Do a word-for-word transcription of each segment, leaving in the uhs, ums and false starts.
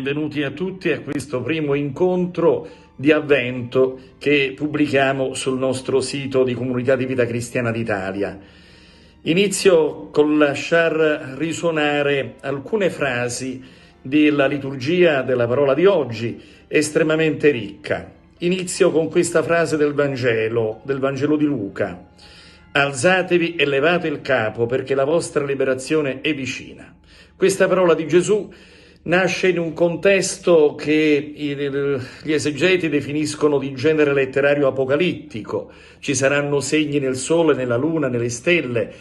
benvenuti a tutti a questo primo incontro di Avvento che pubblichiamo sul nostro sito di Comunità di Vita Cristiana d'Italia. Inizio col lasciar risuonare alcune frasi della liturgia della parola di oggi, estremamente ricca. Inizio con questa frase del Vangelo, del Vangelo di Luca. Alzatevi e levate il capo perché la vostra liberazione è vicina. Questa parola di Gesù nasce in un contesto che gli esegeti definiscono di genere letterario apocalittico. Ci saranno segni nel sole, nella luna, nelle stelle.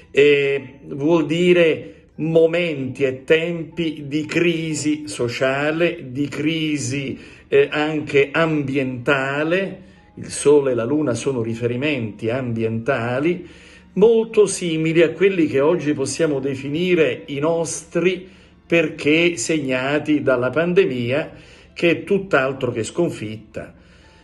E vuol dire momenti e tempi di crisi sociale, di crisi eh, anche ambientale. Il sole e la luna sono riferimenti ambientali molto simili a quelli che oggi possiamo definire i nostri, perché segnati dalla pandemia, che è tutt'altro che sconfitta.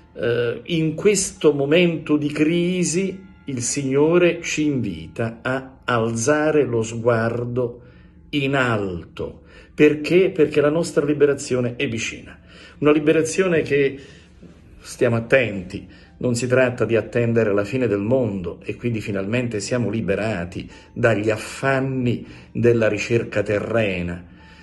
Eh, in questo momento di crisi il Signore ci invita a alzare lo sguardo in alto. Perché? Perché la nostra liberazione è vicina. Una liberazione che, stiamo attenti, non si tratta di attendere la fine del mondo e quindi finalmente siamo liberati dagli affanni della ricerca terrena,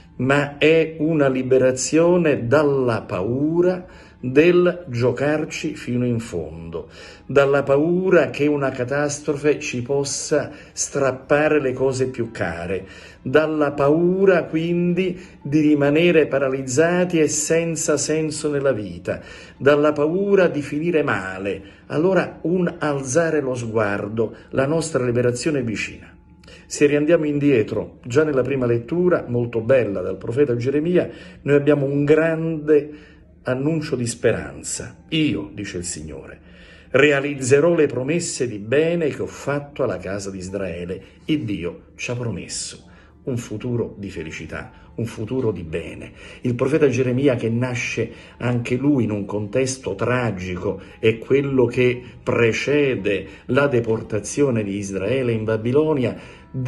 ma è una liberazione dalla paura del giocarci fino in fondo, dalla paura che una catastrofe ci possa strappare le cose più care, dalla paura quindi di rimanere paralizzati e senza senso nella vita, dalla paura di finire male. Allora un alzare lo sguardo, la nostra liberazione è vicina. Se riandiamo indietro, già nella prima lettura, molto bella dal profeta Geremia, noi abbiamo un grande annuncio di speranza. Io, dice il Signore, realizzerò le promesse di bene che ho fatto alla casa di Israele. E Dio ci ha promesso un futuro di felicità, un futuro di bene. Il profeta Geremia, che nasce anche lui in un contesto tragico, è quello che precede la deportazione di Israele in Babilonia,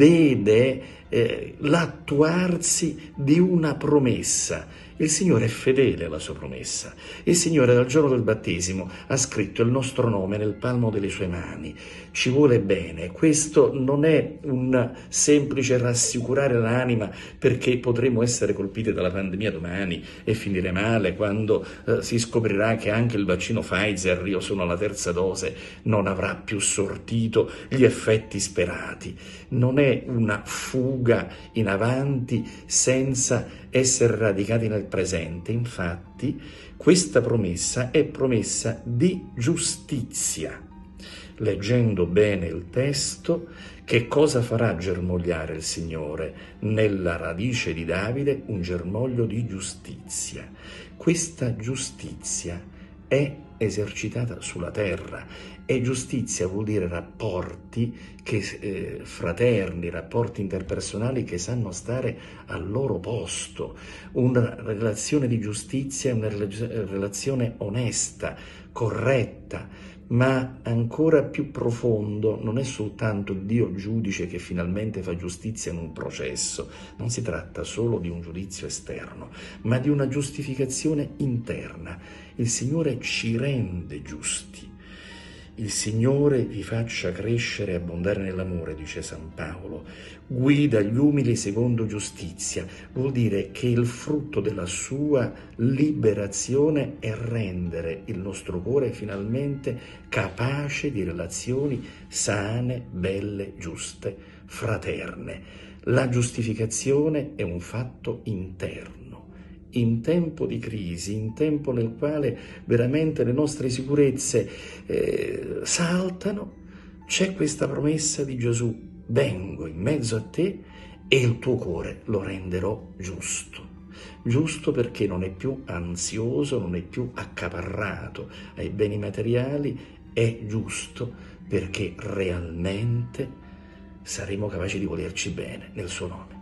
vede eh, l'attuarsi di una promessa. Il Signore è fedele alla sua promessa. Il Signore dal giorno del battesimo ha scritto il nostro nome nel palmo delle sue mani. Ci vuole bene. Questo non è un semplice rassicurare l'anima perché potremo essere colpiti dalla pandemia domani e finire male quando eh, si scoprirà che anche il vaccino Pfizer, io sono alla terza dose, non avrà più sortito gli effetti sperati. Non è una fuga in avanti senza essere radicati nel presente. Infatti, questa promessa è promessa di giustizia. Leggendo bene il testo, che cosa farà germogliare il Signore? Nella radice di Davide un germoglio di giustizia. Questa giustizia è esercitata sulla terra. E giustizia vuol dire rapporti che, eh, fraterni, rapporti interpersonali che sanno stare al loro posto. Una relazione di giustizia è una relazione onesta, corretta, ma ancora più profondo non è soltanto Dio giudice che finalmente fa giustizia in un processo. Non si tratta solo di un giudizio esterno, ma di una giustificazione interna. Il Signore ci rende giusti. Il Signore vi faccia crescere e abbondare nell'amore, dice San Paolo. Guida gli umili secondo giustizia. Vuol dire che il frutto della sua liberazione è rendere il nostro cuore finalmente capace di relazioni sane, belle, giuste, fraterne. La giustificazione è un fatto interno. In tempo di crisi, in tempo nel quale veramente le nostre sicurezze eh, saltano, c'è questa promessa di Gesù: vengo in mezzo a te e il tuo cuore lo renderò giusto. Giusto perché non è più ansioso, non è più accaparrato ai beni materiali, è giusto perché realmente saremo capaci di volerci bene nel suo nome.